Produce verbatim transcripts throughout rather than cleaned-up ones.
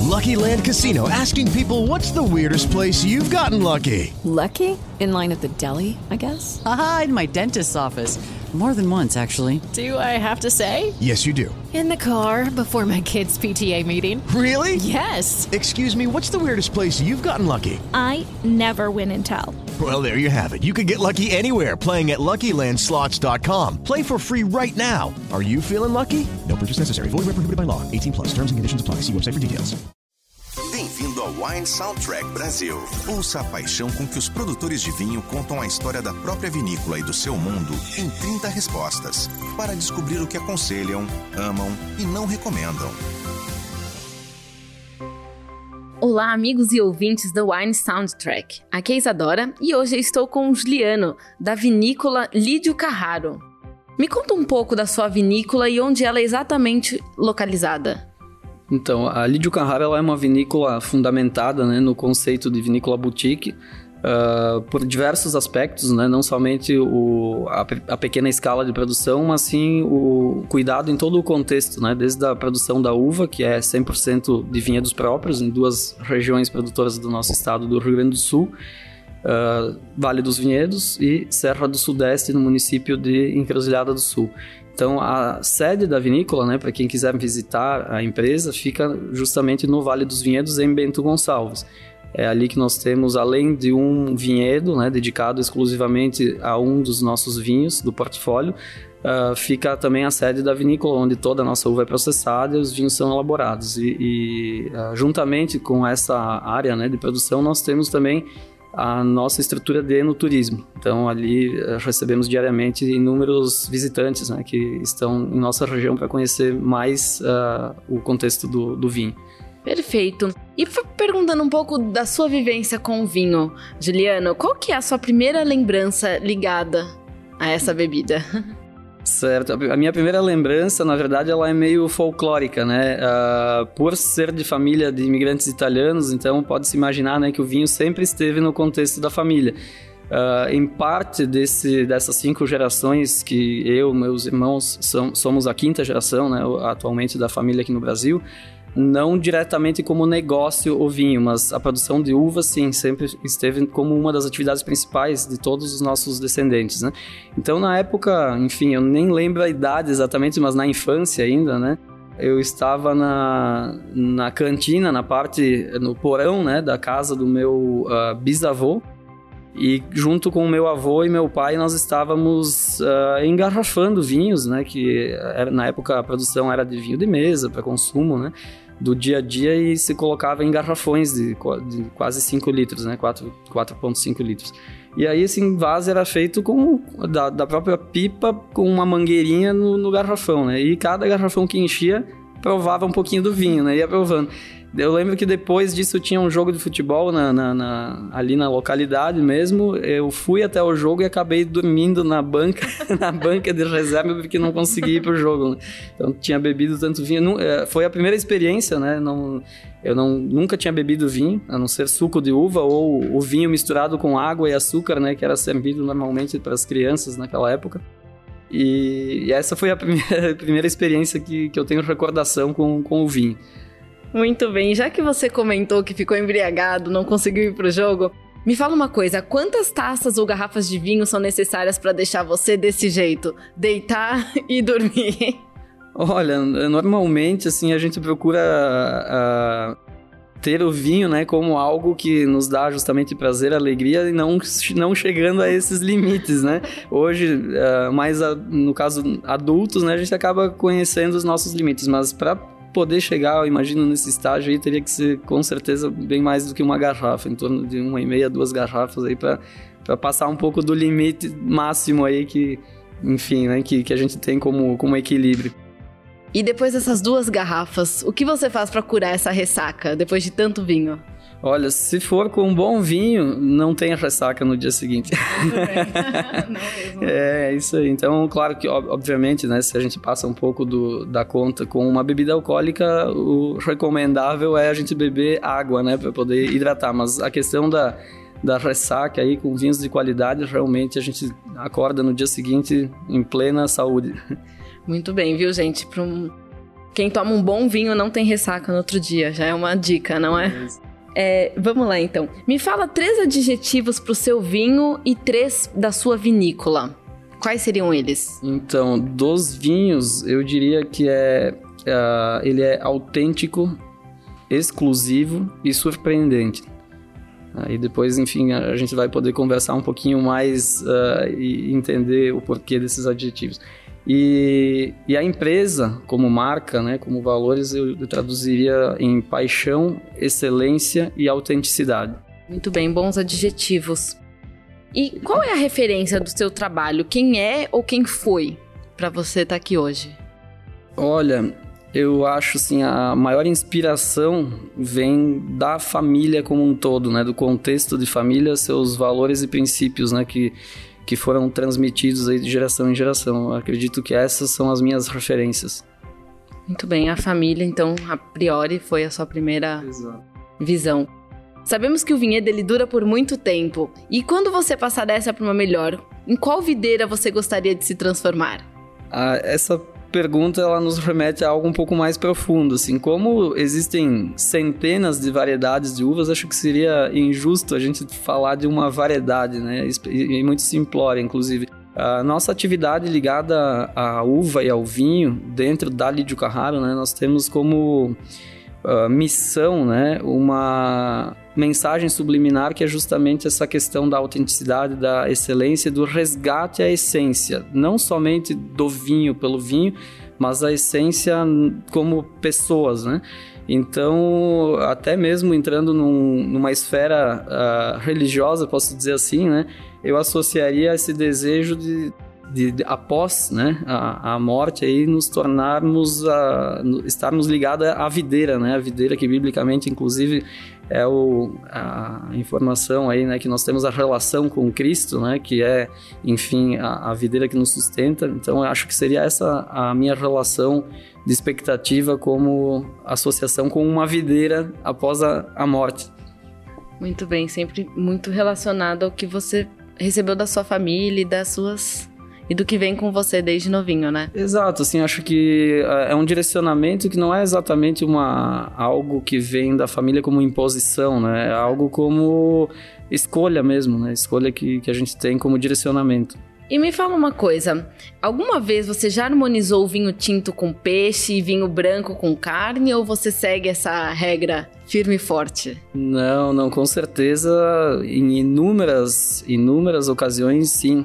Lucky Land Casino, asking people, what's the weirdest place you've gotten lucky? Lucky? In line at the deli, I guess? Aha, in my dentist's office. More than once, actually. Do I have to say? Yes, you do. In the car before my kids' P T A meeting. Really? Yes. Excuse me, what's the weirdest place you've gotten lucky? I never win and tell. Well, there you have it. You can get lucky anywhere, playing at Lucky Land Slots dot com. Play for free right now. Are you feeling lucky? No purchase necessary. Void where prohibited by law. eighteen plus. Terms and conditions apply. See website for details. Bem-vindo ao Wine Soundtrack Brasil. Ouça a paixão com que os produtores de vinho contam a história da própria vinícola e do seu mundo em trinta respostas, para descobrir o que aconselham, amam e não recomendam. Olá, amigos e ouvintes do Wine Soundtrack. Aqui é Isadora e hoje eu estou com o Juliano, da vinícola Lídio Carraro. Me conta um pouco da sua vinícola e onde ela é exatamente localizada. Então, a Lídio Carraro ela é uma vinícola fundamentada, né, no conceito de vinícola boutique, uh, por diversos aspectos, né, não somente o, a, a pequena escala de produção, mas sim o cuidado em todo o contexto, né, desde a produção da uva, que é cem por cento de vinhedos próprios, em duas regiões produtoras do nosso estado, do Rio Grande do Sul, uh, Vale dos Vinhedos e Serra do Sudeste, no município de Encruzilhada do Sul. Então, a sede da vinícola, né, para quem quiser visitar a empresa, fica justamente no Vale dos Vinhedos, em Bento Gonçalves. É ali que nós temos, além de um vinhedo, né, dedicado exclusivamente a um dos nossos vinhos do portfólio, uh, fica também a sede da vinícola, onde toda a nossa uva é processada e os vinhos são elaborados. E, e uh, juntamente com essa área, né, de produção, nós temos também a nossa estrutura de enoturismo. Então, ali recebemos diariamente inúmeros visitantes, né, que estão em nossa região para conhecer mais uh, o contexto do, do vinho. Perfeito. E perguntando um pouco da sua vivência com o vinho, Juliano, qual que é a sua primeira lembrança ligada a essa bebida? Certo. A minha primeira lembrança, na verdade, ela é meio folclórica, né? Uh, por ser de família de imigrantes italianos, então pode-se imaginar, né, que o vinho sempre esteve no contexto da família. Uh, em parte desse, dessas cinco gerações que eu e meus irmãos são, somos a quinta geração, né, atualmente da família aqui no Brasil, não diretamente como negócio o vinho, mas a produção de uva, sim, sempre esteve como uma das atividades principais de todos os nossos descendentes, né? Então, na época, enfim, eu nem lembro a idade exatamente, mas na infância ainda, né? Eu estava na, na cantina, na parte, no porão, né, da casa do meu uh, bisavô, e junto com o meu avô e meu pai, nós estávamos uh, engarrafando vinhos, né, que era, na época a produção era de vinho de mesa, para consumo, né, do dia a dia, e se colocava em garrafões de, de quase cinco litros, né, quatro vírgula cinco litros. E aí esse envase era feito com, da, da própria pipa, com uma mangueirinha no, no garrafão, né, e cada garrafão que enchia provava um pouquinho do vinho, né, ia provando. Eu lembro que depois disso tinha um jogo de futebol na, na, na, ali na localidade mesmo. Eu fui até o jogo e acabei dormindo na banca, na banca de reserva, porque não consegui ir pro jogo, né? Então tinha bebido tanto vinho. Não, foi a primeira experiência, né? Não, eu não, nunca tinha bebido vinho, a não ser suco de uva ou o vinho misturado com água e açúcar, né? Que era servido normalmente para as crianças naquela época. E, e essa foi a primeira, a primeira experiência que, que eu tenho recordação com, com o vinho. Muito bem, já que você comentou que ficou embriagado, não conseguiu ir pro jogo, me fala uma coisa, quantas taças ou garrafas de vinho são necessárias para deixar você desse jeito, deitar e dormir? Olha, normalmente assim a gente procura uh, ter o vinho, né, como algo que nos dá justamente prazer, alegria, e não, não chegando a esses limites, né? Hoje, uh, mais a, no caso adultos, né, a gente acaba conhecendo os nossos limites, mas para poder chegar, eu imagino, nesse estágio aí, teria que ser, com certeza, bem mais do que uma garrafa, em torno de uma e meia, duas garrafas aí, para passar um pouco do limite máximo aí que, enfim, né, que, que a gente tem como, como equilíbrio. E depois dessas duas garrafas, o que você faz para curar essa ressaca, depois de tanto vinho? Olha, se for com um bom vinho, não tem ressaca no dia seguinte. Não mesmo. É, isso aí. Então, claro que, obviamente, né, se a gente passa um pouco do, da conta com uma bebida alcoólica, o recomendável é a gente beber água, né, para poder hidratar. Mas a questão da, da ressaca aí com vinhos de qualidade, realmente a gente acorda no dia seguinte em plena saúde. Muito bem, viu, gente? Para um... Quem toma um bom vinho não tem ressaca no outro dia, já é uma dica, não é? É, vamos lá então. Me fala três adjetivos pro seu vinho e três da sua vinícola. Quais seriam eles? Então, dos vinhos, eu diria que é, uh, ele é autêntico, exclusivo e surpreendente. Aí depois, enfim, a gente vai poder conversar um pouquinho mais uh, e entender o porquê desses adjetivos. E, e a empresa, como marca, né, como valores, eu, eu traduziria em paixão, excelência e autenticidade. Muito bem, bons adjetivos. E qual é a referência do seu trabalho? Quem é ou quem foi para você estar aqui hoje? Olha, eu acho assim, a maior inspiração vem da família como um todo, né, do contexto de família, seus valores e princípios, né, que que foram transmitidos aí de geração em geração. Eu acredito que essas são as minhas referências. Muito bem, a família, então, a priori, foi a sua primeira Exato. visão. Sabemos que o vinhedo ele dura por muito tempo. E quando você passar dessa para uma melhor, em qual videira você gostaria de se transformar? Ah, essa pergunta ela nos remete a algo um pouco mais profundo. Assim, como existem centenas de variedades de uvas, acho que seria injusto a gente falar de uma variedade, né? E muito simplória, inclusive. A nossa atividade ligada à uva e ao vinho, dentro da Lídio Carraro, né? Nós temos como uh, missão, né? Uma mensagem subliminar que é justamente essa questão da autenticidade, da excelência, do resgate à essência, não somente do vinho pelo vinho, mas a essência como pessoas, né? Então, até mesmo entrando num, numa esfera uh, religiosa, posso dizer assim, né? Eu associaria esse desejo de, de, de após, né, a, a morte, aí nos tornarmos, a, estarmos ligados à videira, né? A videira que biblicamente, inclusive, é o, a informação aí, né, que nós temos a relação com Cristo, né, que é, enfim, a, a videira que nos sustenta. Então, eu acho que seria essa a minha relação de expectativa como associação com uma videira após a, a morte. Muito bem, sempre muito relacionado ao que você recebeu da sua família e das suas... e do que vem com você desde novinho, né? Exato, assim, acho que é um direcionamento que não é exatamente uma, algo que vem da família como imposição, né? É algo como escolha mesmo, né? Escolha que, que a gente tem como direcionamento. E me fala uma coisa, alguma vez você já harmonizou vinho tinto com peixe e vinho branco com carne, ou você segue essa regra firme e forte? Não, não, com certeza, em inúmeras, inúmeras ocasiões, sim.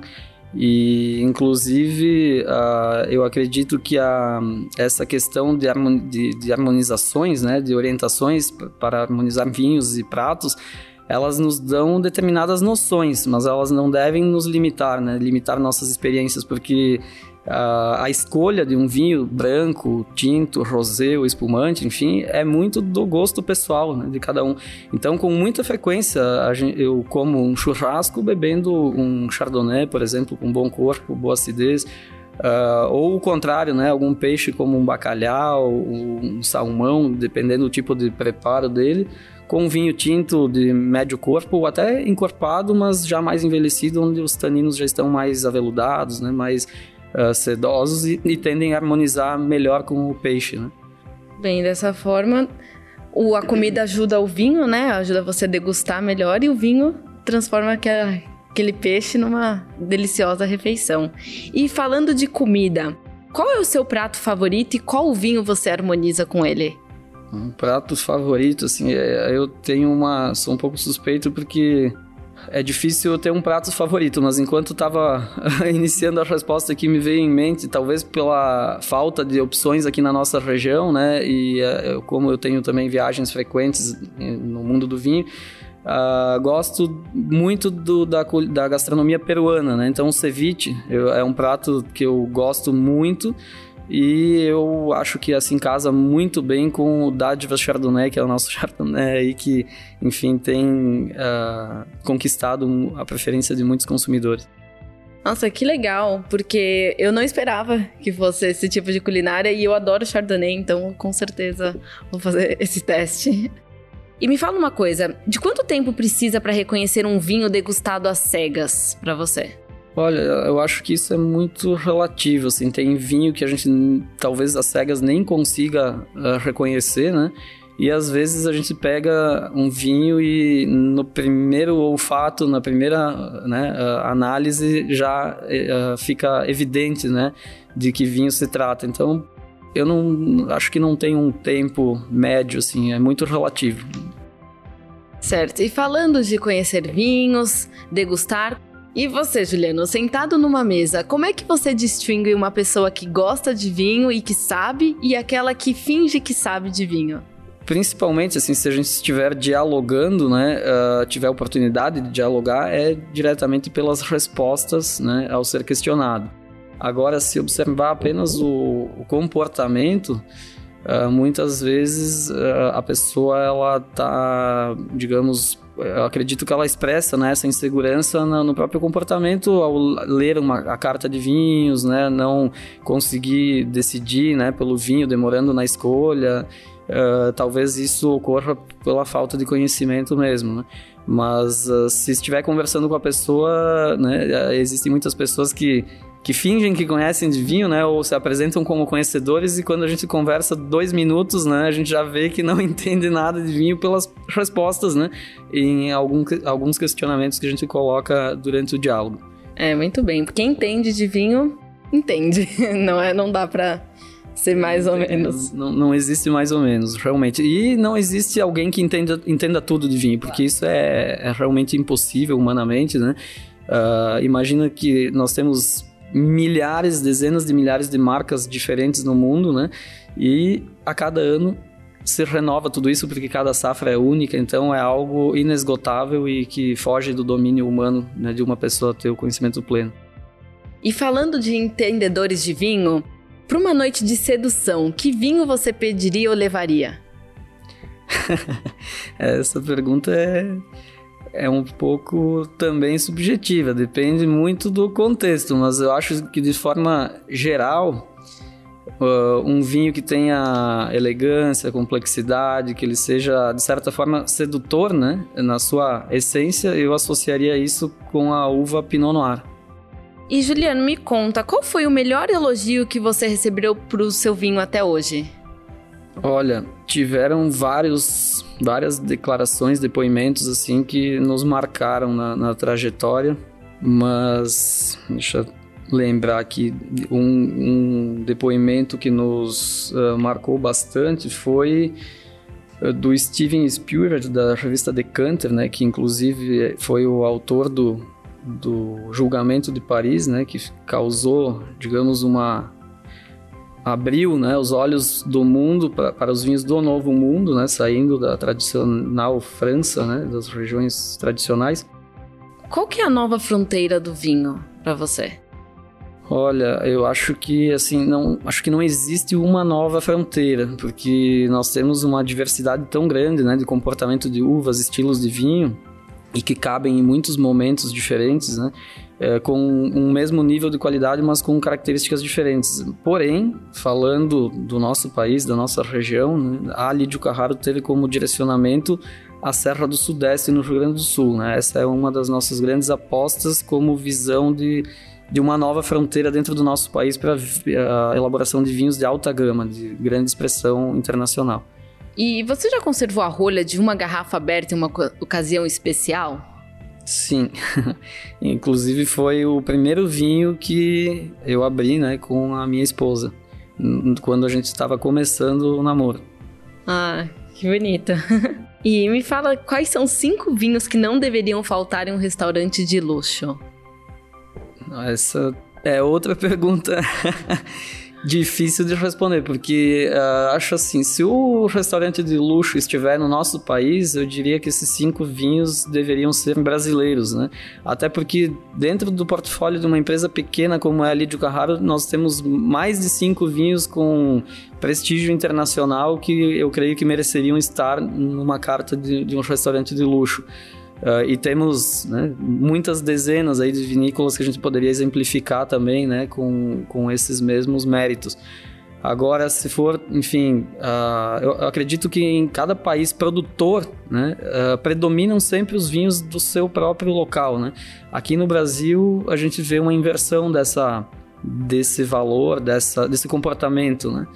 E, inclusive, uh, eu acredito que a, essa questão de, de, de harmonizações, né, de orientações para harmonizar vinhos e pratos, elas nos dão determinadas noções, mas elas não devem nos limitar, né, limitar nossas experiências, porque uh, a escolha de um vinho branco, tinto, rosé ou espumante, enfim, é muito do gosto pessoal, né, de cada um. Então, com muita frequência, a gente, eu como um churrasco bebendo um chardonnay, por exemplo, com bom corpo, boa acidez, uh, ou o contrário, né, algum peixe como um bacalhau, um salmão, dependendo do tipo de preparo dele, com um vinho tinto de médio corpo, ou até encorpado, mas já mais envelhecido, onde os taninos já estão mais aveludados, né, mais uh, sedosos e, e tendem a harmonizar melhor com o peixe, né? Bem, dessa forma, o, a comida ajuda o vinho, né? Ajuda você a degustar melhor e o vinho transforma aquela, aquele peixe numa deliciosa refeição. E falando de comida, qual é o seu prato favorito e qual vinho você harmoniza com ele? Um prato favorito, assim, é, eu tenho uma... Sou um pouco suspeito porque é difícil eu ter um prato favorito, mas enquanto estava iniciando a resposta aqui me veio em mente, talvez pela falta de opções aqui na nossa região, né, e é, como eu tenho também viagens frequentes no mundo do vinho, uh, gosto muito do, da, da gastronomia peruana, né, então o ceviche eu, é um prato que eu gosto muito. E eu acho que assim casa muito bem com o Dádiva Chardonnay, que é o nosso Chardonnay e que, enfim, tem uh, conquistado a preferência de muitos consumidores. Nossa, que legal, porque eu não esperava que fosse esse tipo de culinária e eu adoro Chardonnay, então com certeza vou fazer esse teste. E me fala uma coisa, de quanto tempo precisa para reconhecer um vinho degustado às cegas para você? Olha, eu acho que isso é muito relativo, assim, tem vinho que a gente talvez às cegas nem consiga uh, reconhecer, né? E às vezes a gente pega um vinho e no primeiro olfato, na primeira, né, uh, análise já uh, fica evidente, né, de que vinho se trata. Então, eu não acho que não tem um tempo médio, assim, é muito relativo. Certo, e falando de conhecer vinhos, degustar, e você, Juliano, sentado numa mesa, como é que você distingue uma pessoa que gosta de vinho e que sabe e aquela que finge que sabe de vinho? Principalmente, assim, se a gente estiver dialogando, né, uh, tiver a oportunidade de dialogar, é diretamente pelas respostas, né, ao ser questionado. Agora, se observar apenas o, o comportamento, uh, muitas vezes uh, a pessoa, ela tá, digamos, eu acredito que ela expressa, né, essa insegurança no, no próprio comportamento ao ler uma, a carta de vinhos, né, não conseguir decidir, né, pelo vinho, demorando na escolha. Uh, talvez isso ocorra pela falta de conhecimento mesmo, né? Mas uh, se estiver conversando com a pessoa, né, existem muitas pessoas que, que fingem que conhecem de vinho, né, ou se apresentam como conhecedores, e quando a gente conversa dois minutos, né, a gente já vê que não entende nada de vinho pelas respostas, né, em algum, alguns questionamentos que a gente coloca durante o diálogo. É, muito bem. Quem entende de vinho, entende. Não, é, não dá pra ser mais ou menos. Não, não existe mais ou menos, realmente. E não existe alguém que entenda, entenda tudo de vinho, porque isso é, é realmente impossível humanamente, né? Uh, imagina que nós temos milhares, dezenas de milhares de marcas diferentes no mundo, né? E a cada ano se renova tudo isso, porque cada safra é única, então é algo inesgotável e que foge do domínio humano, né, de uma pessoa ter o conhecimento pleno. E falando de entendedores de vinho, para uma noite de sedução, que vinho você pediria ou levaria? Essa pergunta é, é um pouco também subjetiva, depende muito do contexto, mas eu acho que de forma geral, uh, um vinho que tenha elegância, complexidade, que ele seja de certa forma sedutor, né, na sua essência, eu associaria isso com a uva Pinot Noir. E Juliano, me conta, qual foi o melhor elogio que você recebeu pro seu vinho até hoje? Olha, tiveram vários, várias declarações, depoimentos assim que nos marcaram na, na trajetória, mas deixa eu lembrar aqui, um, um depoimento que nos uh, marcou bastante foi uh, do Steven Spielberg, da revista Decanter, né, que inclusive foi o autor do do julgamento de Paris, né, que causou, digamos, uma... abriu, né, os olhos do mundo pra, para os vinhos do Novo Mundo, né, saindo da tradicional França, né, das regiões tradicionais. Qual que é a nova fronteira do vinho para você? Olha, eu acho que, assim, não, acho que não existe uma nova fronteira, porque nós temos uma diversidade tão grande, né, de comportamento de uvas, estilos de vinho, e que cabem em muitos momentos diferentes, né? É, com um mesmo nível de qualidade, mas com características diferentes. Porém, falando do nosso país, da nossa região, né, a Lídio Carraro teve como direcionamento a Serra do Sudeste no Rio Grande do Sul, né? Essa é uma das nossas grandes apostas como visão de, de uma nova fronteira dentro do nosso país para a elaboração de vinhos de alta gama, de grande expressão internacional. E você já conservou a rolha de uma garrafa aberta em uma ocasião especial? Sim, inclusive foi o primeiro vinho que eu abri, né, com a minha esposa, quando a gente estava começando o namoro. Ah, que bonita. E me fala, quais são cinco vinhos que não deveriam faltar em um restaurante de luxo? Essa é outra pergunta difícil de responder, porque uh, acho assim, se o restaurante de luxo estiver no nosso país, eu diria que esses cinco vinhos deveriam ser brasileiros, né? Até porque dentro do portfólio de uma empresa pequena como é a Lídio Carraro, nós temos mais de cinco vinhos com prestígio internacional que eu creio que mereceriam estar numa carta de, de um restaurante de luxo. Uh, e temos, né, muitas dezenas aí de vinícolas que a gente poderia exemplificar também, né, com, com esses mesmos méritos. Agora, se for, enfim, uh, eu acredito que em cada país produtor, né, uh, predominam sempre os vinhos do seu próprio local, né? Aqui no Brasil, a gente vê uma inversão dessa, desse valor, dessa, desse comportamento, né?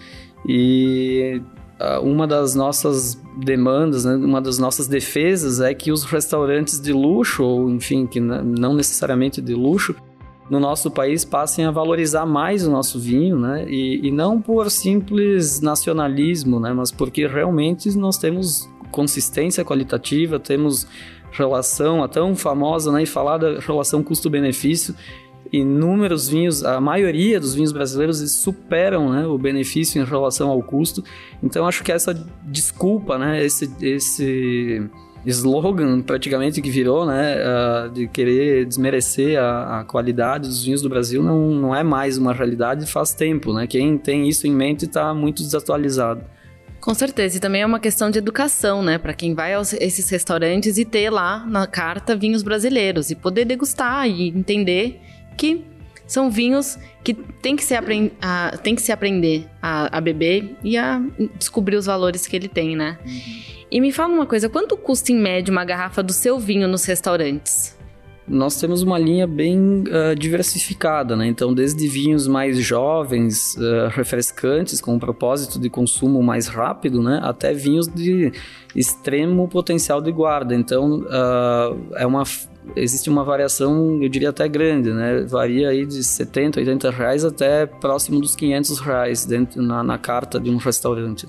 E uh, uma das nossas demandas, né, uma das nossas defesas é que os restaurantes de luxo, ou enfim, que não necessariamente de luxo, no nosso país passem a valorizar mais o nosso vinho, né? E, e não por simples nacionalismo, né? Mas porque realmente nós temos consistência qualitativa, temos relação, a tão famosa, né? E falar da relação custo-benefício, inúmeros vinhos, a maioria dos vinhos brasileiros superam, né, o benefício em relação ao custo. Então acho que essa desculpa, né? Esse... esse slogan praticamente que virou, né, uh, de querer desmerecer a, a qualidade dos vinhos do Brasil não, não é mais uma realidade faz tempo, né? Quem tem isso em mente está muito desatualizado. Com certeza, e também é uma questão de educação, né, para quem vai a esses restaurantes e ter lá na carta vinhos brasileiros e poder degustar e entender que são vinhos que tem que se, aprend- a, tem que se aprender a, a beber e a descobrir os valores que ele tem, né? Uhum. E me fala uma coisa, quanto custa em média uma garrafa do seu vinho nos restaurantes? Nós temos uma linha bem uh, diversificada, né? Então, desde vinhos mais jovens, uh, refrescantes, com um propósito de consumo mais rápido, né? Até vinhos de extremo potencial de guarda. Então, uh, é uma, existe uma variação, eu diria até grande, né? Varia aí de setenta, oitenta reais até próximo dos quinhentos reais dentro, na, na carta de um restaurante.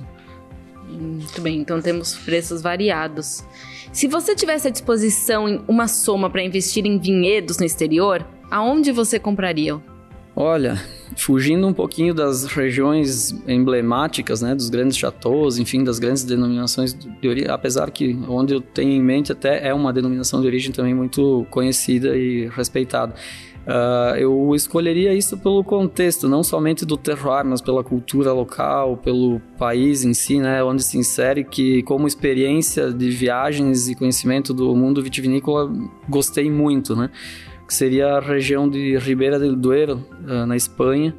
Muito bem, então temos preços variados. Se você tivesse à disposição uma soma para investir em vinhedos no exterior, aonde você compraria? Olha, fugindo um pouquinho das regiões emblemáticas, né, dos grandes chateaus, enfim, das grandes denominações de origem, apesar que onde eu tenho em mente até é uma denominação de origem também muito conhecida e respeitada. Uh, eu escolheria isso pelo contexto, não somente do terroir, mas pela cultura local, pelo país em si, né, onde se insere, que como experiência de viagens e conhecimento do mundo vitivinícola, gostei muito, né, que seria a região de Ribeira del Duero, uh, na Espanha,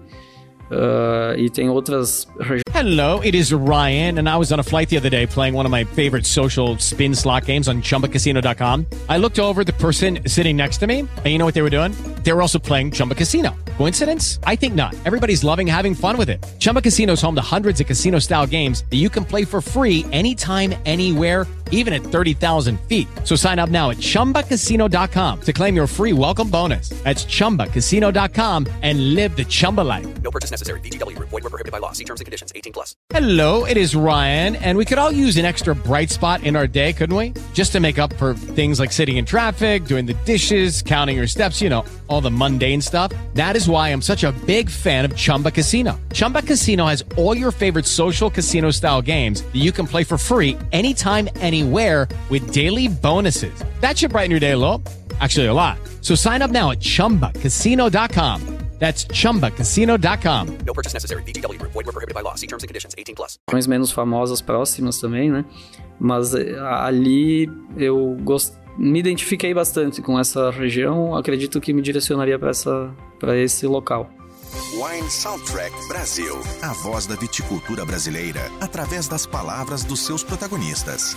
uh, e tem outras regiões. Hello, it is Ryan, and I was on a flight the other day playing one of my favorite social spin slot games on chumba casino dot com. I looked over at the person sitting next to me, and you know what they were doing? They were also playing Chumba Casino. Coincidence? I think not. Everybody's loving having fun with it. Chumba Casino is home to hundreds of casino-style games that you can play for free anytime, anywhere, even at thirty thousand feet. So sign up now at chumba casino dot com to claim your free welcome bonus. That's chumba casino dot com and live the Chumba life. No purchase necessary. V G W. Void where prohibited by law. See terms and conditions. eighteen plus. Hello, it is Ryan, and we could all use an extra bright spot in our day, couldn't we? Just to make up for things like sitting in traffic, doing the dishes, counting your steps, you know, all the mundane stuff. That is why I'm such a big fan of Chumba Casino. Chumba Casino has all your favorite social casino-style games that you can play for free anytime, anywhere with daily bonuses. That should brighten your day a little. Actually, a lot. So sign up now at chumba casino dot com. That's chumba casino dot com. No purchase necessary. V G W. Void where prohibited by law. See terms and conditions. eighteen plus. Menos famosas próximas também, né? Mas ali eu gost... me identifiquei bastante com essa região. Acredito que me direcionaria para essa, para esse local. Wine Soundtrack Brasil. A voz da viticultura brasileira através das palavras dos seus protagonistas.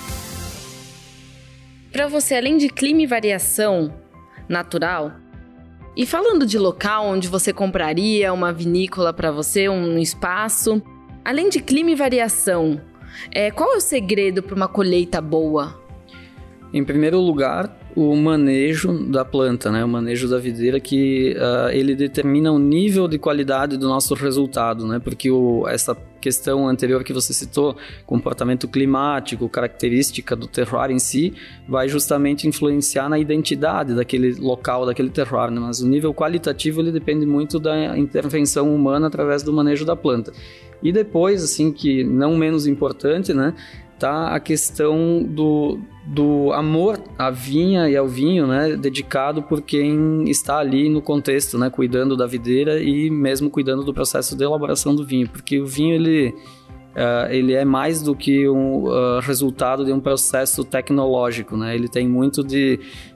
Para você, além de clima e variação natural, e falando de local onde você compraria uma vinícola para você, um espaço, além de clima e variação, é, qual é o segredo para uma colheita boa? Em primeiro lugar, o manejo da planta, né? O manejo da videira, que uh, ele determina o nível de qualidade do nosso resultado, né? Porque o, essa questão anterior que você citou, comportamento climático, característica do terroir em si, vai justamente influenciar na identidade daquele local, daquele terroir, né? Mas o nível qualitativo ele depende muito da intervenção humana através do manejo da planta. E depois, assim, que não menos importante, né? Tá a questão do, do amor à vinha e ao vinho, né, dedicado por quem está ali no contexto, né, cuidando da videira e mesmo cuidando do processo de elaboração do vinho, porque o vinho ele, uh, ele é mais do que um uh, resultado de um processo tecnológico, né, ele tem muito de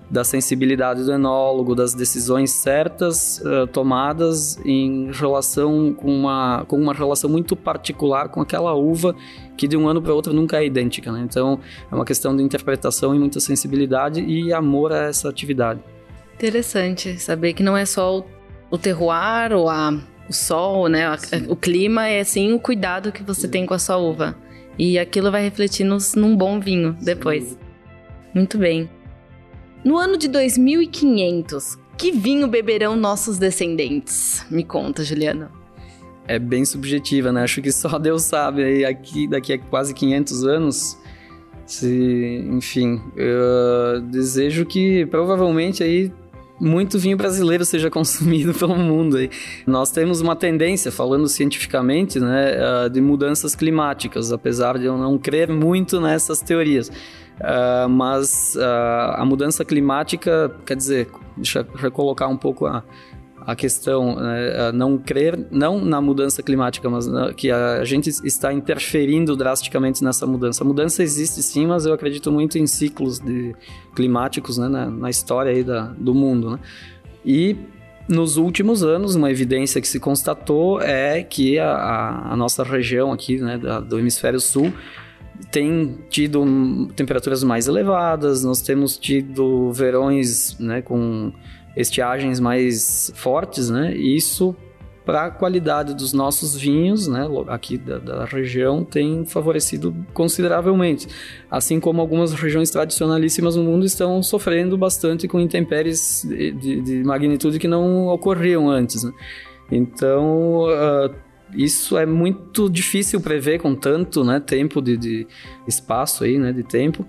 da sensibilidade do enólogo, das decisões certas uh, tomadas em relação com uma, com uma relação muito particular com aquela uva que de um ano para outro nunca é idêntica, né? Então é uma questão de interpretação e muita sensibilidade e amor a essa atividade. Interessante saber que não é só o, o terroir ou a, o sol, né? A, o clima, é sim o cuidado que você sim. tem com a sua uva. E aquilo vai refletir nos, num bom vinho depois. Sim. Muito bem. No ano de dois mil e quinhentos, que vinho beberão nossos descendentes? Me conta, Juliano. É bem subjetiva, né? Acho que só Deus sabe. Aí aqui, daqui a quase quinhentos anos, se, enfim, eu desejo que provavelmente aí muito vinho brasileiro seja consumido pelo mundo. Aí. Nós temos uma tendência, falando cientificamente, né, de mudanças climáticas, apesar de eu não crer muito nessas teorias. Uh, mas uh, a mudança climática, quer dizer, deixa eu recolocar um pouco a, a questão, né, não crer, não na mudança climática, mas uh, que a gente está interferindo drasticamente nessa mudança. A mudança existe sim, mas eu acredito muito em ciclos de, climáticos, né, na, na história aí da, do mundo, né? E nos últimos anos, uma evidência que se constatou é que a, a, a nossa região aqui, né, da, do hemisfério sul, tem tido temperaturas mais elevadas, nós temos tido verões, né, com estiagens mais fortes, né, e isso para a qualidade dos nossos vinhos, né, aqui da, da região, tem favorecido consideravelmente. Assim como algumas regiões tradicionalíssimas no mundo estão sofrendo bastante com intempéries de, de, de magnitude que não ocorriam antes, né. Então, uh, isso é muito difícil prever com tanto, né, tempo de, de espaço aí, né, de tempo,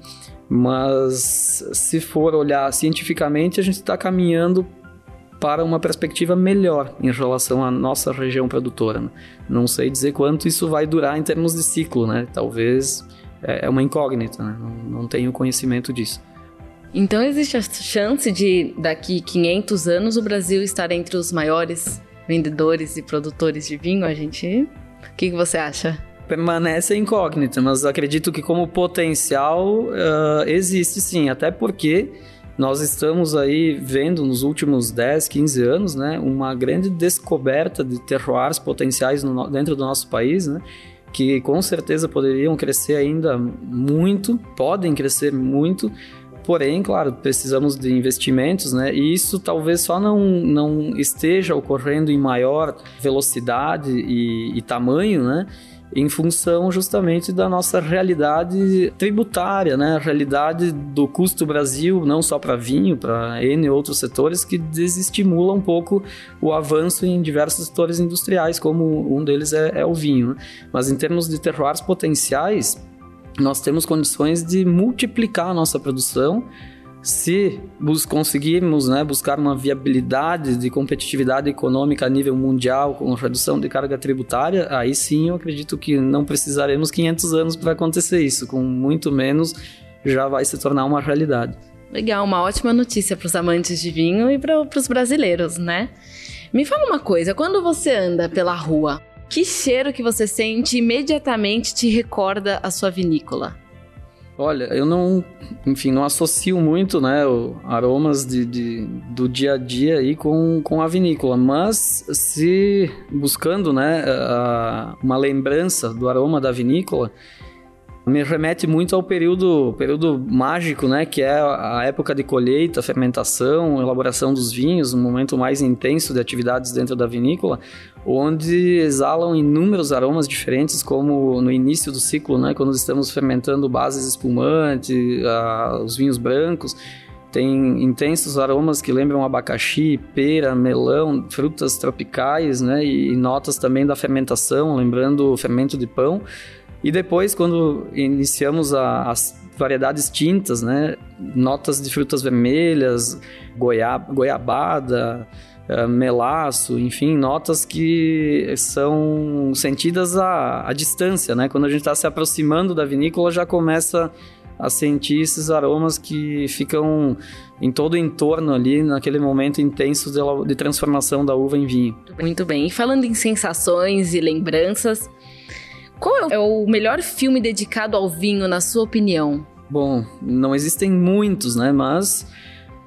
mas se for olhar cientificamente, a gente está caminhando para uma perspectiva melhor em relação à nossa região produtora, né? Não sei dizer quanto isso vai durar em termos de ciclo, né? Talvez é uma incógnita, né? Não, não tenho conhecimento disso. Então existe a chance de daqui quinhentos anos o Brasil estar entre os maiores vendedores e produtores de vinho? A gente... O que, que você acha? Permanece incógnita, mas acredito que como potencial uh, existe sim, até porque nós estamos aí vendo nos últimos dez, quinze anos, né, uma grande descoberta de terroirs potenciais no, dentro do nosso país, né, que com certeza poderiam crescer ainda muito, podem crescer muito. Porém, claro, precisamos de investimentos, né? E isso talvez só não, não esteja ocorrendo em maior velocidade e, e tamanho, né? Em função justamente da nossa realidade tributária, né? A realidade do custo Brasil, não só para vinho, para N outros setores, que desestimula um pouco o avanço em diversos setores industriais, como um deles é, é o vinho, né? Mas em termos de terroirs potenciais, nós temos condições de multiplicar a nossa produção se bus- conseguirmos, né, buscar uma viabilidade de competitividade econômica a nível mundial com redução de carga tributária. Aí sim eu acredito que não precisaremos quinhentos anos para acontecer isso, com muito menos já vai se tornar uma realidade. Legal, uma ótima notícia para os amantes de vinho e para os brasileiros, né? Me fala uma coisa, quando você anda pela rua, que cheiro que você sente imediatamente te recorda a sua vinícola? Olha, eu não, enfim, não associo muito, né, o, aromas de, de, do dia a dia aí com, com a vinícola, mas se buscando, né, a, uma lembrança do aroma da vinícola, me remete muito ao período, período mágico, né, que é a época de colheita, fermentação, elaboração dos vinhos, um momento mais intenso de atividades dentro da vinícola, onde exalam inúmeros aromas diferentes, como no início do ciclo, né, quando estamos fermentando bases espumantes, uh, os vinhos brancos, tem intensos aromas que lembram abacaxi, pera, melão, frutas tropicais, né, e, e notas também da fermentação, lembrando o fermento de pão. E depois, quando iniciamos a, as variedades tintas, né, notas de frutas vermelhas, goiaba, goiabada, uh, melaço, enfim, notas que são sentidas à, à distância, né? Quando a gente está se aproximando da vinícola, já começa a sentir esses aromas que ficam em todo o entorno ali, naquele momento intenso de, de transformação da uva em vinho. Muito bem. E falando em sensações e lembranças, qual é o melhor filme dedicado ao vinho, na sua opinião? Bom, não existem muitos, né? Mas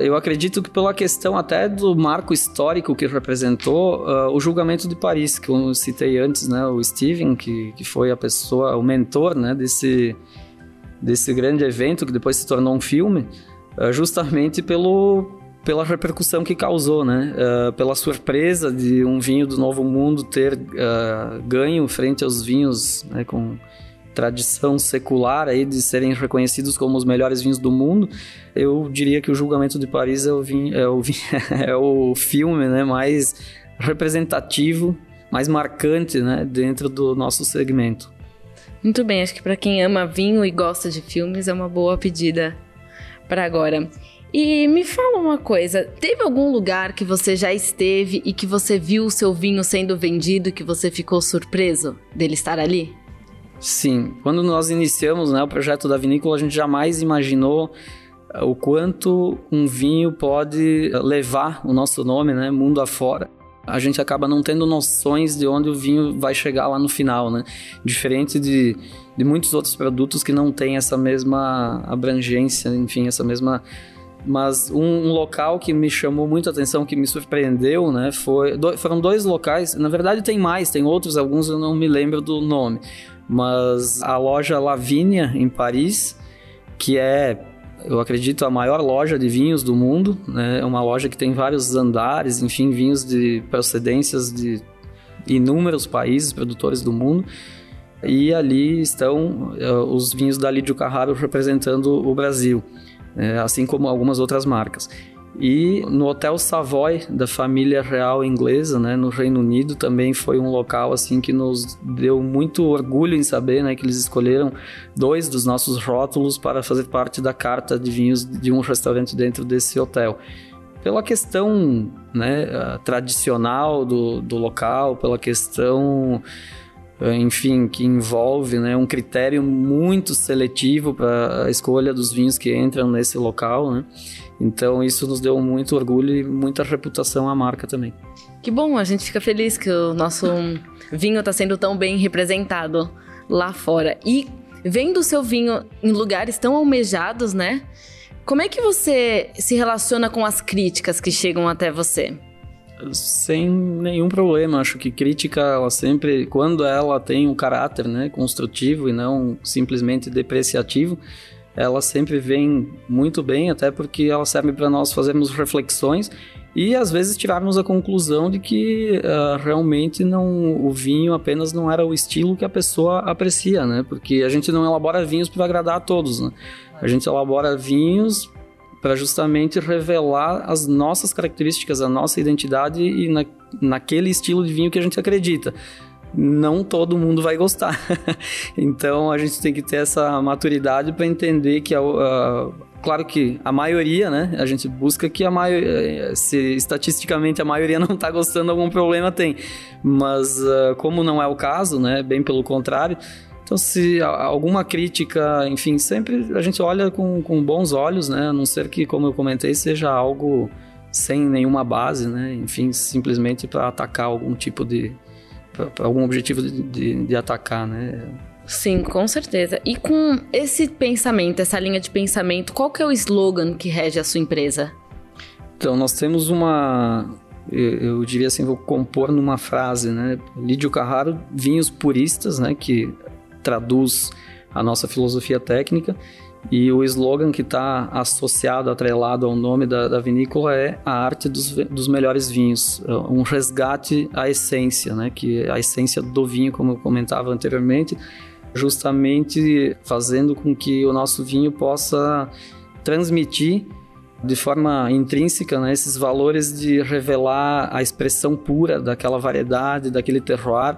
Eu acredito que pela questão até do marco histórico que representou uh, o julgamento de Paris, que eu citei antes, né? O Steven, que, que foi a pessoa, o mentor, né? desse, desse grande evento que depois se tornou um filme, uh, justamente pelo, pela repercussão que causou, né? Uh, pela surpresa de um vinho do Novo Mundo ter uh, ganho frente aos vinhos, né? Com tradição secular aí de serem reconhecidos como os melhores vinhos do mundo. Eu diria que o Julgamento de Paris é o, vinho, é o, é o filme, né, mais representativo, mais marcante, né, dentro do nosso segmento. Muito bem, acho que para quem ama vinho e gosta de filmes é uma boa pedida para agora. E me fala uma coisa, teve algum lugar que você já esteve e que você viu o seu vinho sendo vendido e que você ficou surpreso dele estar ali? Sim, quando nós iniciamos, né, o projeto da vinícola, a gente jamais imaginou o quanto um vinho pode levar o nosso nome, né, mundo afora. A gente acaba não tendo noções de onde o vinho vai chegar lá no final, né? Diferente de, de muitos outros produtos que não têm essa mesma abrangência, enfim, essa mesma... Mas um, um local que me chamou muito a atenção, que me surpreendeu, né, foi, do, foram dois locais, na verdade tem mais, tem outros, alguns eu não me lembro do nome, mas a loja Lavínia, em Paris, que é, eu acredito, a maior loja de vinhos do mundo, né, é uma loja que tem vários andares, enfim, vinhos de procedências de inúmeros países, produtores do mundo, e ali estão uh, os vinhos da Lídio Carraro representando o Brasil. É, assim como algumas outras marcas. E no Hotel Savoy da família real inglesa, né, no Reino Unido, também foi um local assim que nos deu muito orgulho em saber, né, que eles escolheram dois dos nossos rótulos para fazer parte da carta de vinhos de um restaurante dentro desse hotel. Pela questão, né, tradicional do, do local, pela questão... enfim, que envolve, né, um critério muito seletivo para a escolha dos vinhos que entram nesse local, né? Então isso nos deu muito orgulho e muita reputação à marca também. Que bom, a gente fica feliz que o nosso vinho está sendo tão bem representado lá fora. E vendo o seu vinho em lugares tão almejados, né? Como é que você se relaciona com as críticas que chegam até você? Sem nenhum problema, acho que crítica, ela sempre, quando ela tem um caráter, né, construtivo e não simplesmente depreciativo, ela sempre vem muito bem, até porque ela serve para nós fazermos reflexões e às vezes tirarmos a conclusão de que uh, realmente não, o vinho apenas não era o estilo que a pessoa aprecia, né, porque a gente não elabora vinhos para agradar a todos, né, a gente elabora vinhos para justamente revelar as nossas características, a nossa identidade e na, naquele estilo de vinho que a gente acredita. Não todo mundo vai gostar. Então a gente tem que ter essa maturidade para entender que, a, a, claro que a maioria, né? A gente busca que a maioria, se estatisticamente a maioria não está gostando, algum problema tem. Mas uh, como não é o caso, né? Bem pelo contrário. Então, se alguma crítica, enfim, sempre a gente olha com, com bons olhos, né? A não ser que, como eu comentei, seja algo sem nenhuma base, né? Enfim, simplesmente para atacar algum tipo de... para algum objetivo de, de, de atacar, né? Sim, com certeza. E com esse pensamento, essa linha de pensamento, qual que é o slogan que rege a sua empresa? Então, nós temos uma... Eu, eu diria assim, vou compor numa frase, né? Lídio Carraro, vinhos puristas, né? Que traduz a nossa filosofia técnica, e o slogan que está associado, atrelado ao nome da, da vinícola é a arte dos, dos melhores vinhos, um resgate à essência, né? Que é a essência do vinho, como eu comentava anteriormente, justamente fazendo com que o nosso vinho possa transmitir de forma intrínseca, né, esses valores de revelar a expressão pura daquela variedade, daquele terroir,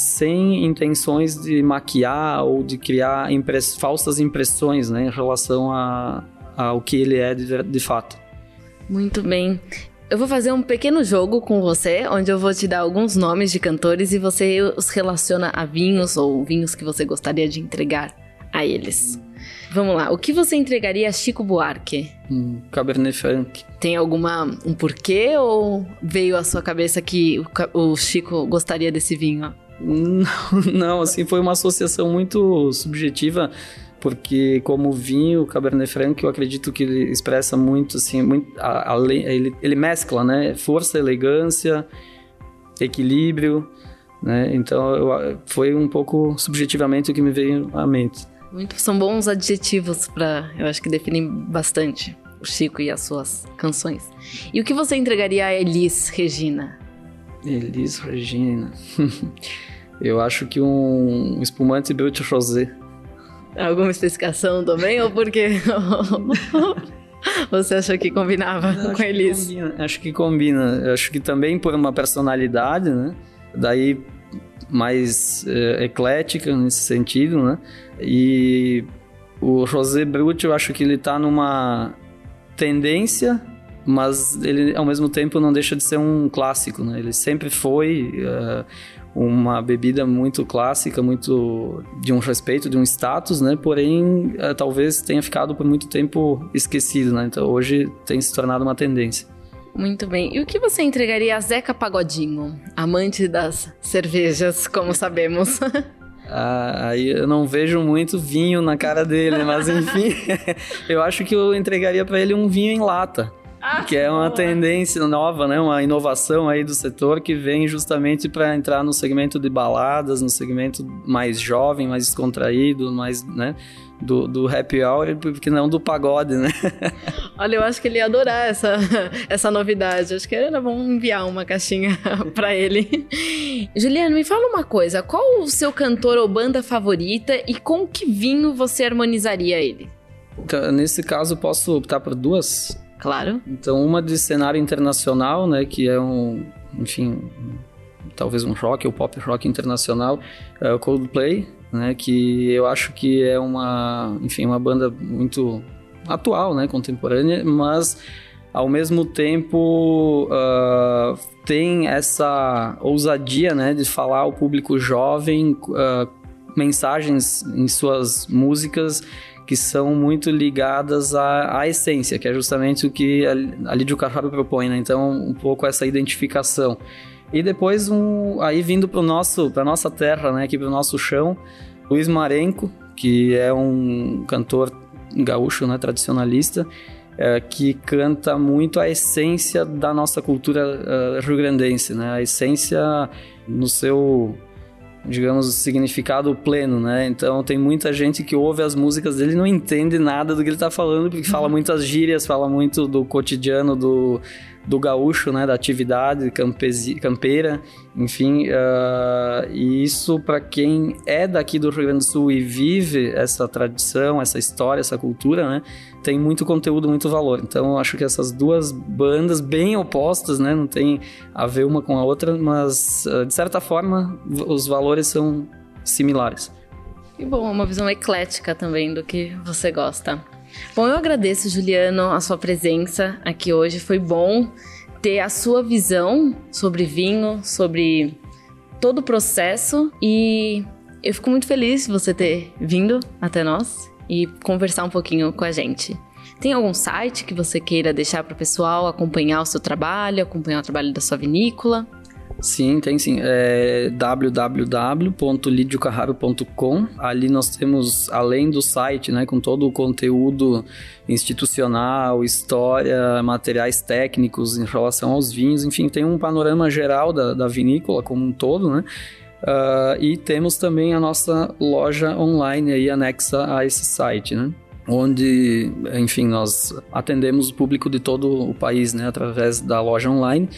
sem intenções de maquiar ou de criar impress- falsas impressões, né, em relação a, ao que ele é de, de fato. Muito bem. Eu vou fazer um pequeno jogo com você, onde eu vou te dar alguns nomes de cantores e você os relaciona a vinhos ou vinhos que você gostaria de entregar a eles. Vamos lá, o que você entregaria a Chico Buarque? Um Cabernet Franc. Tem alguma um porquê ou veio à sua cabeça que o, o Chico gostaria desse vinho? Não, não, assim, foi uma associação muito subjetiva. porque como vinho, o Cabernet Franc, eu acredito que ele expressa muito, assim, muito, a, a, ele, ele mescla, né, força, elegância, equilíbrio, né, então eu, foi um pouco subjetivamente o que me veio à mente. Muito, são bons adjetivos para, eu acho que definem bastante o Chico e as suas canções. E o que você entregaria a Elis Regina? Elis Regina... Eu acho que um espumante Brut Rosé. Alguma especificação também, ou porque você achou que combinava Eu com a Elis? Que combina, acho que combina. Acho que também por uma personalidade, né? Daí mais é, eclética nesse sentido, né? E o Rosé Brut, eu acho que ele tá numa tendência, mas ele ao mesmo tempo não deixa de ser um clássico, né? Ele sempre foi... Uh, uma bebida muito clássica, muito de um respeito, de um status, né? Porém, é, talvez tenha ficado por muito tempo esquecido, né? Então, hoje tem se tornado uma tendência. Muito bem. E o que você entregaria a Zeca Pagodinho, amante das cervejas, como sabemos? Ah, aí eu não vejo muito vinho na cara dele, mas enfim, eu acho que eu entregaria para ele um vinho em lata. Ah, que é uma boa. Tendência nova, né? Uma inovação aí do setor que vem justamente para entrar no segmento de baladas, no segmento mais jovem, mais descontraído, mais, né? Do, do happy hour, porque não do pagode, né? Olha, eu acho que ele ia adorar essa, essa novidade. Acho que era bom enviar uma caixinha para ele. Juliano, me fala uma coisa. Qual o seu cantor ou banda favorita e com que vinho você harmonizaria ele? Então, nesse caso, posso optar por duas? Claro. Então, uma de cenário internacional, né, que é um, enfim, talvez um rock ou pop rock internacional, é o Coldplay, né, que eu acho que é uma, enfim, uma banda muito atual, né, contemporânea, mas ao mesmo tempo uh, tem essa ousadia, né, de falar ao público jovem uh, mensagens em suas músicas que são muito ligadas à, à essência, que é justamente o que a, a Lídio Carraro propõe, né? Então, um pouco essa identificação. E depois, um, aí vindo para a nossa terra, né? Aqui para o nosso chão, Luiz Marenco, que é um cantor gaúcho, né? Tradicionalista, é, que canta muito a essência da nossa cultura uh, rio-grandense, né? A essência no seu... digamos, significado pleno, né? Então tem muita gente que ouve as músicas dele e não entende nada do que ele tá falando, porque fala muitas gírias, fala muito do cotidiano do, do gaúcho, né? Da atividade campesi, campeira, enfim, uh, e isso para quem é daqui do Rio Grande do Sul e vive essa tradição, essa história, essa cultura, né? Tem muito conteúdo, muito valor. Então, eu acho que essas duas bandas bem opostas, né? Não tem a ver uma com a outra, mas, de certa forma, os valores são similares. Que bom, uma visão eclética também do que você gosta. Bom, eu agradeço, Juliano, a sua presença aqui hoje. Foi bom ter a sua visão sobre vinho, sobre todo o processo. E eu fico muito feliz de você ter vindo até nós e conversar um pouquinho com a gente. Tem algum site que você queira deixar para o pessoal acompanhar o seu trabalho, acompanhar o trabalho da sua vinícola? Sim, tem sim. É w w w ponto lidio carraro ponto com. Ali nós temos, além do site, né, com todo o conteúdo institucional, história, materiais técnicos em relação aos vinhos, enfim, tem um panorama geral da, da vinícola como um todo, né? Uh, e temos também a nossa loja online aí anexa a esse site, né? Onde, enfim, nós atendemos o público de todo o país, né? Através da loja online.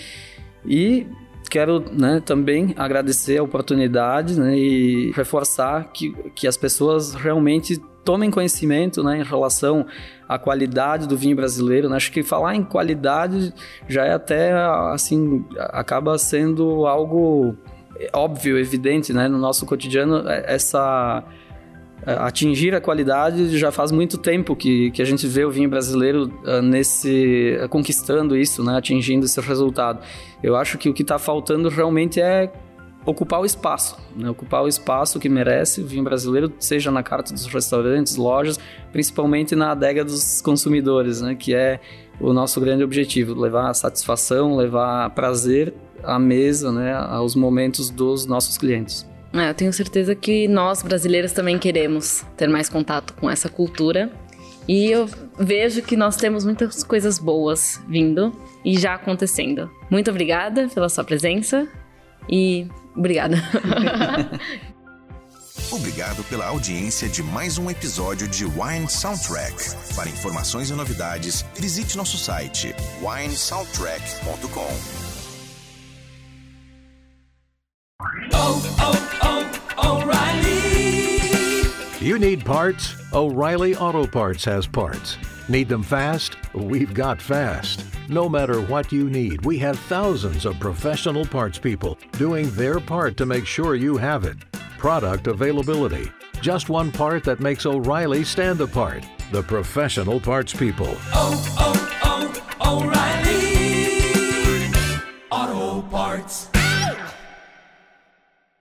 E quero, né, também agradecer a oportunidade, né, e reforçar que, que as pessoas realmente tomem conhecimento, né, em relação à qualidade do vinho brasileiro, né? Acho que falar em qualidade já é até, assim, acaba sendo algo óbvio, evidente, né? No nosso cotidiano, essa... atingir a qualidade já faz muito tempo que, que a gente vê o vinho brasileiro uh, nesse, uh, conquistando isso, né? Atingindo esse resultado. Eu acho que o que está faltando realmente é ocupar o espaço, né? Ocupar o espaço que merece o vinho brasileiro, seja na carta dos restaurantes, lojas, principalmente na adega dos consumidores, né? Que é o nosso grande objetivo, levar satisfação, levar prazer à mesa, né? Aos momentos dos nossos clientes. É, eu tenho certeza que nós, brasileiros, também queremos ter mais contato com essa cultura. E eu vejo que nós temos muitas coisas boas vindo e já acontecendo. Muito obrigada pela sua presença e obrigada. Obrigado pela audiência de mais um episódio de Wine Soundtrack. Para informações e novidades, visite nosso site wine soundtrack ponto com. Oh, oh, oh, O'Reilly! You need parts? O'Reilly Auto Parts has parts. Need them fast? We've got fast. No matter what you need, we have thousands of professional parts people doing their part to make sure you have it. Product availability. Just one part that makes O'Reilly stand apart. The professional parts people. Oh, oh.